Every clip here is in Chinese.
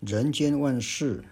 人间万事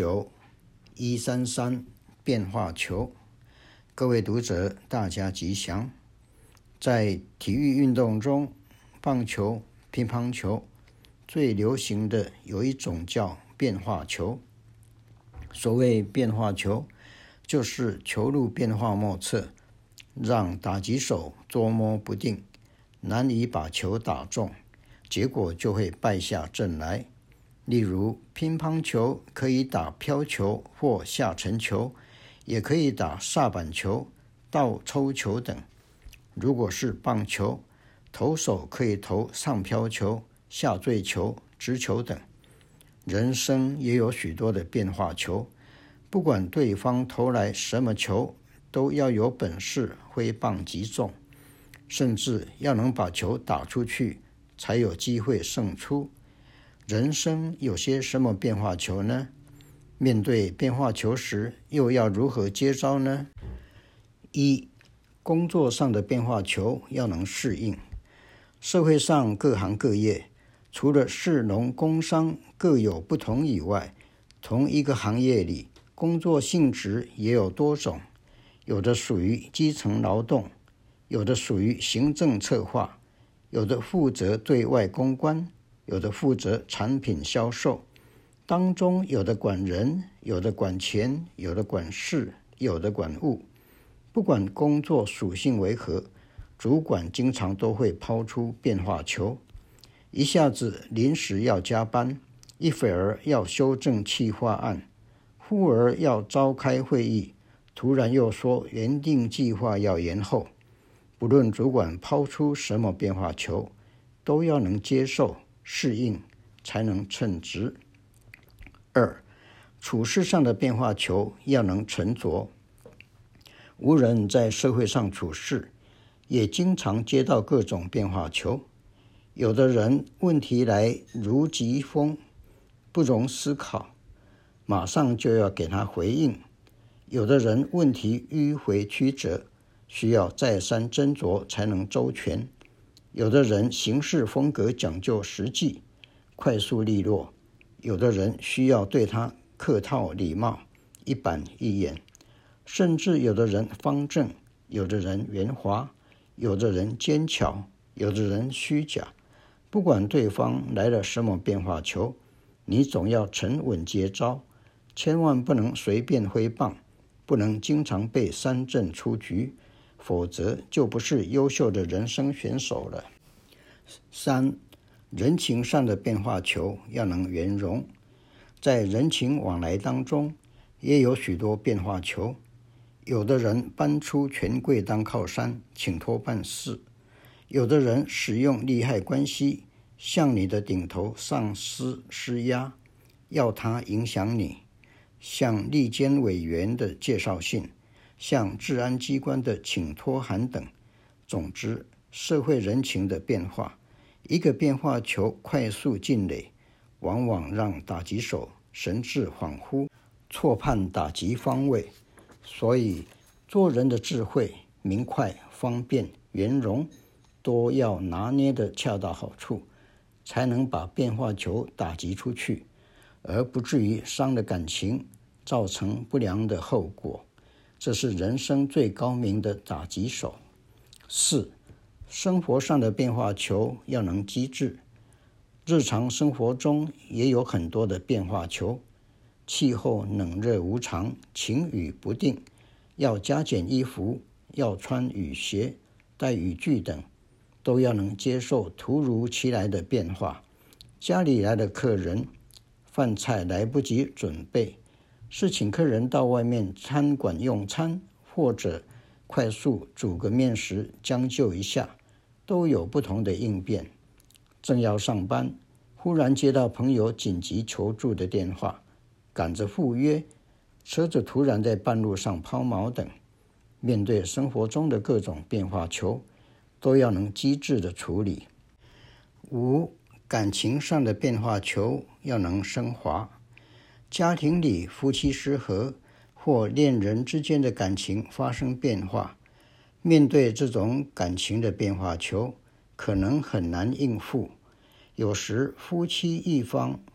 9-133变化球。各位读者，大家吉祥。在体育运动中，棒球、乒乓球最流行的有一种叫变化球。所谓变化球，就是球路变化莫测，让打击手捉摸不定，难以把球打中，结果就会败下阵来。例如乒乓球可以打飘球或下沉球，也可以打煞板球、倒抽球等。如果是棒球，投手可以投上飘球、下坠球、直球等。人生也有许多的变化球，不管对方投来什么球，都要有本事挥棒击中，甚至要能把球打出去，才有机会胜出。人生有些什么变化球呢？面对变化球时，又要如何接招呢？一、工作上的变化球要能适应。社会上各行各业，除了士农工商各有不同以外，同一个行业里，工作性质也有多种，有的属于基层劳动，有的属于行政策划，有的负责对外公关，有的负责产品销售，当中有的管人，有的管钱，有的管事，有的管物。不管工作属性为何，主管经常都会抛出变化球，一下子临时要加班，一会儿要修正企划案，忽而要召开会议，突然又说原定计划要延后。不论主管抛出什么变化球，都要能接受适应，才能称职。二、处事上的变化球要能沉着。无人在社会上处事，也经常接到各种变化球。有的人问题来如疾风，不容思考，马上就要给他回应；有的人问题迂回曲折，需要再三斟酌才能周全；有的人行事风格讲究实际，快速利落；有的人需要对他客套礼貌，一板一眼；甚至有的人方正，有的人圆滑，有的人尖巧，有的人虚假。不管对方来了什么变化球，你总要沉稳接招，千万不能随便挥棒，不能经常被三振出局，否则就不是优秀的人生选手了。三、人情上的变化球要能圆融。在人情往来当中，也有许多变化球。有的人搬出权贵当靠山，请托办事；有的人使用利害关系，向你的顶头上司施压，要他影响你，像立监委员的介绍信，像治安机关的请托函等。总之，社会人情的变化，一个变化球快速进垒，往往让打击手神志恍惚，错判打击方位。所以做人的智慧、明快、方便、圆融，都要拿捏得恰到好处，才能把变化球打击出去，而不至于伤了感情，造成不良的后果。这是人生最高明的打击手。四、生活上的变化球要能机智。日常生活中也有很多的变化球，气候冷热无常，晴雨不定，要加减衣服，要穿雨鞋，带雨具等，都要能接受突如其来的变化。家里来的客人，饭菜来不及准备，是请客人到外面餐馆用餐，或者快速煮个面食将就一下，都有不同的应变。正要上班，忽然接到朋友紧急求助的电话，赶着赴约，车子突然在半路上抛锚等。面对生活中的各种变化球，都要能机智的处理。五、感情上的变化球要能升华。家庭里夫妻失和，或恋人之间的感情发生变化，面对这种感情的变化球，可能很难应付。有时夫妻一方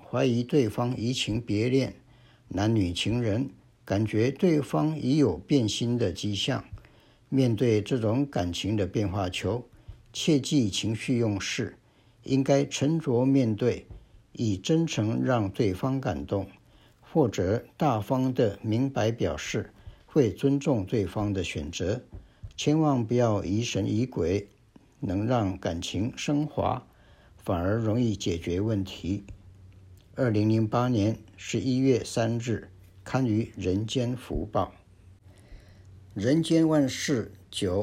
怀疑对方移情别恋，男女情人感觉对方已有变心的迹象。面对这种感情的变化球，切忌情绪用事，应该沉着面对，以真诚让对方感动，或者大方的明白表示会尊重对方的选择，千万不要疑神疑鬼，能让感情升华，反而容易解决问题。2008年11月3日刊于《人间福报》。人间万事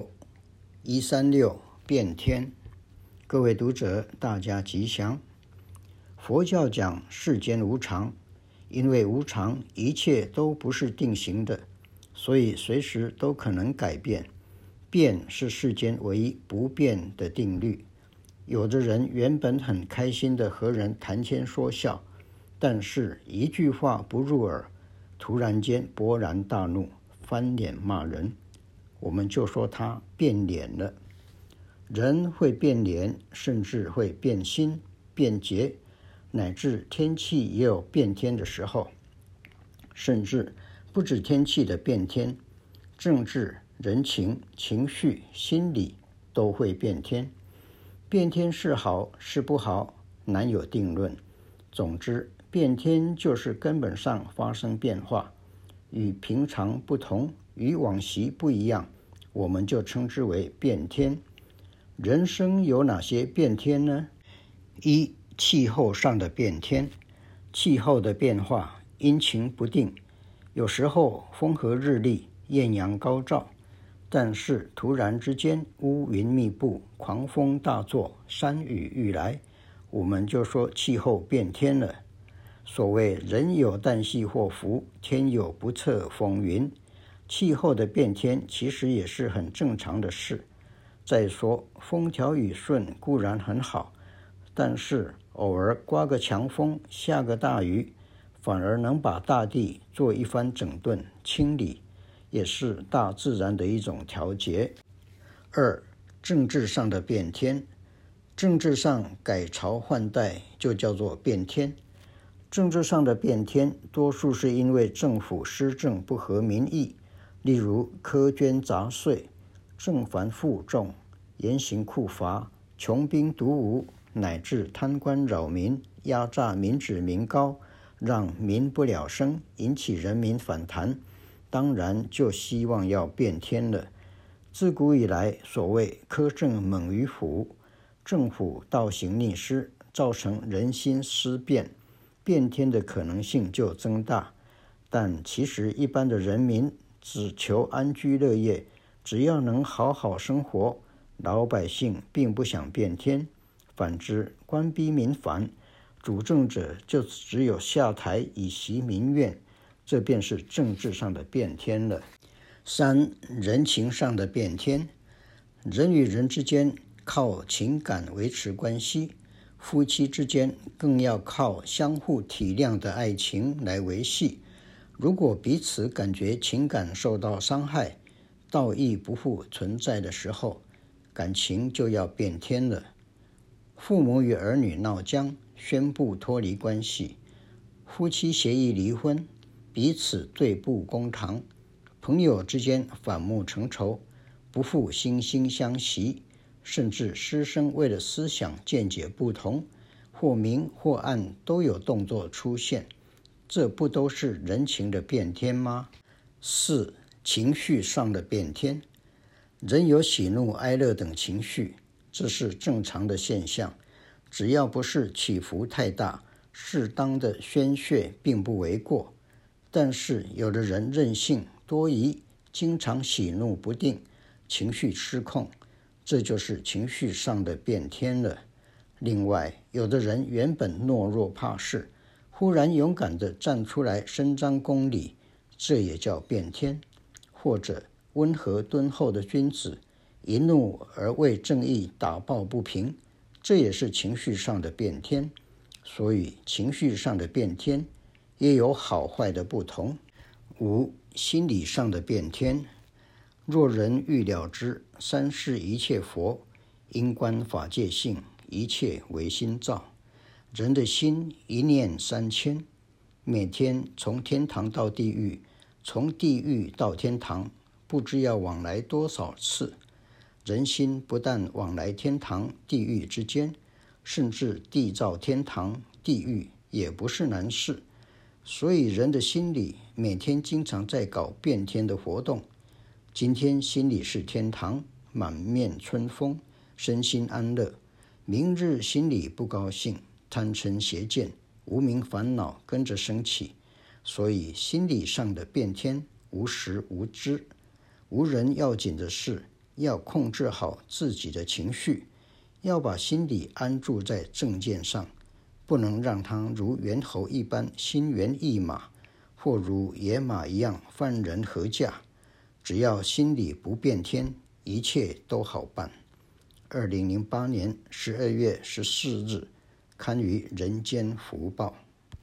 9-136变天。各位读者，大家吉祥。佛教讲世间无常，因为无常，一切都不是定型的，所以随时都可能改变。变是世间唯一不变的定律。有的人原本很开心的和人谈天说笑，但是一句话不入耳，突然间勃然大怒，翻脸骂人，我们就说他变脸了。人会变脸，甚至会变心、变节，乃至天气也有变天的时候。甚至不止天气的变天，政治、人情、情绪、心理都会变天。变天是好是不好，难有定论。总之，变天就是根本上发生变化，与平常不同，与往昔不一样，我们就称之为变天。人生有哪些变天呢？一、气候上的变天。气候的变化阴晴不定，有时候风和日丽，艳阳高照，但是突然之间乌云密布，狂风大作，山雨欲来，我们就说气候变天了。所谓人有旦夕祸福，天有不测风云，气候的变天其实也是很正常的事。再说风调雨顺固然很好，但是偶尔刮个强风，下个大雨，反而能把大地做一番整顿清理，也是大自然的一种调节。二、政治上的变天。政治上改朝换代就叫做变天。政治上的变天多数是因为政府施政不合民意，例如苛捐杂税、政繁负重、严刑酷罚、穷兵黩武，乃至贪官扰民、压榨民脂民膏，让民不聊生，引起人民反弹，当然就希望要变天了。自古以来，所谓苛政猛于虎，政府倒行逆施，造成人心思变，变天的可能性就增大。但其实一般的人民只求安居乐业，只要能好好生活，老百姓并不想变天。反之，官逼民反，主政者就只有下台以息民怨，这便是政治上的变天了。三、人情上的变天。人与人之间靠情感维持关系，夫妻之间更要靠相互体谅的爱情来维系。如果彼此感觉情感受到伤害，道义不复存在的时候，感情就要变天了。父母与儿女闹僵，宣布脱离关系；夫妻协议离婚，彼此对簿公堂；朋友之间反目成仇，不复惺惺相惜；甚至师生为了思想见解不同，或明或暗都有动作出现，这不都是人情的变天吗？四、情绪上的变天。人有喜怒哀乐等情绪，这是正常的现象，只要不是起伏太大，适当的宣泄并不为过。但是有的人任性多疑，经常喜怒不定，情绪失控，这就是情绪上的变天了。另外，有的人原本懦弱怕事，忽然勇敢地站出来伸张公理，这也叫变天。或者温和敦厚的君子，一怒而为正义打抱不平，这也是情绪上的变天。所以情绪上的变天也有好坏的不同。五、心理上的变天。若人欲了之，三世一切佛，因观法界性，一切唯心造。 人的心一念3000，每天从天堂到地狱，从地狱到天堂，不知要往来多少次。人心不但往来天堂、地狱之间，甚至缔造天堂、地狱也不是难事。所以人的心里每天经常在搞变天的活动。今天心里是天堂，满面春风，身心安乐；明日心里不高兴，贪嗔邪见、无明烦恼跟着升起。所以心理上的变天无时无知。无人要紧的是要控制好自己的情绪，要把心理安住在正见上，不能让它如猿猴一般心猿意马，或如野马一样犯人何驾。只要心里不变天，一切都好办。2008年12月14日，刊于人间福报。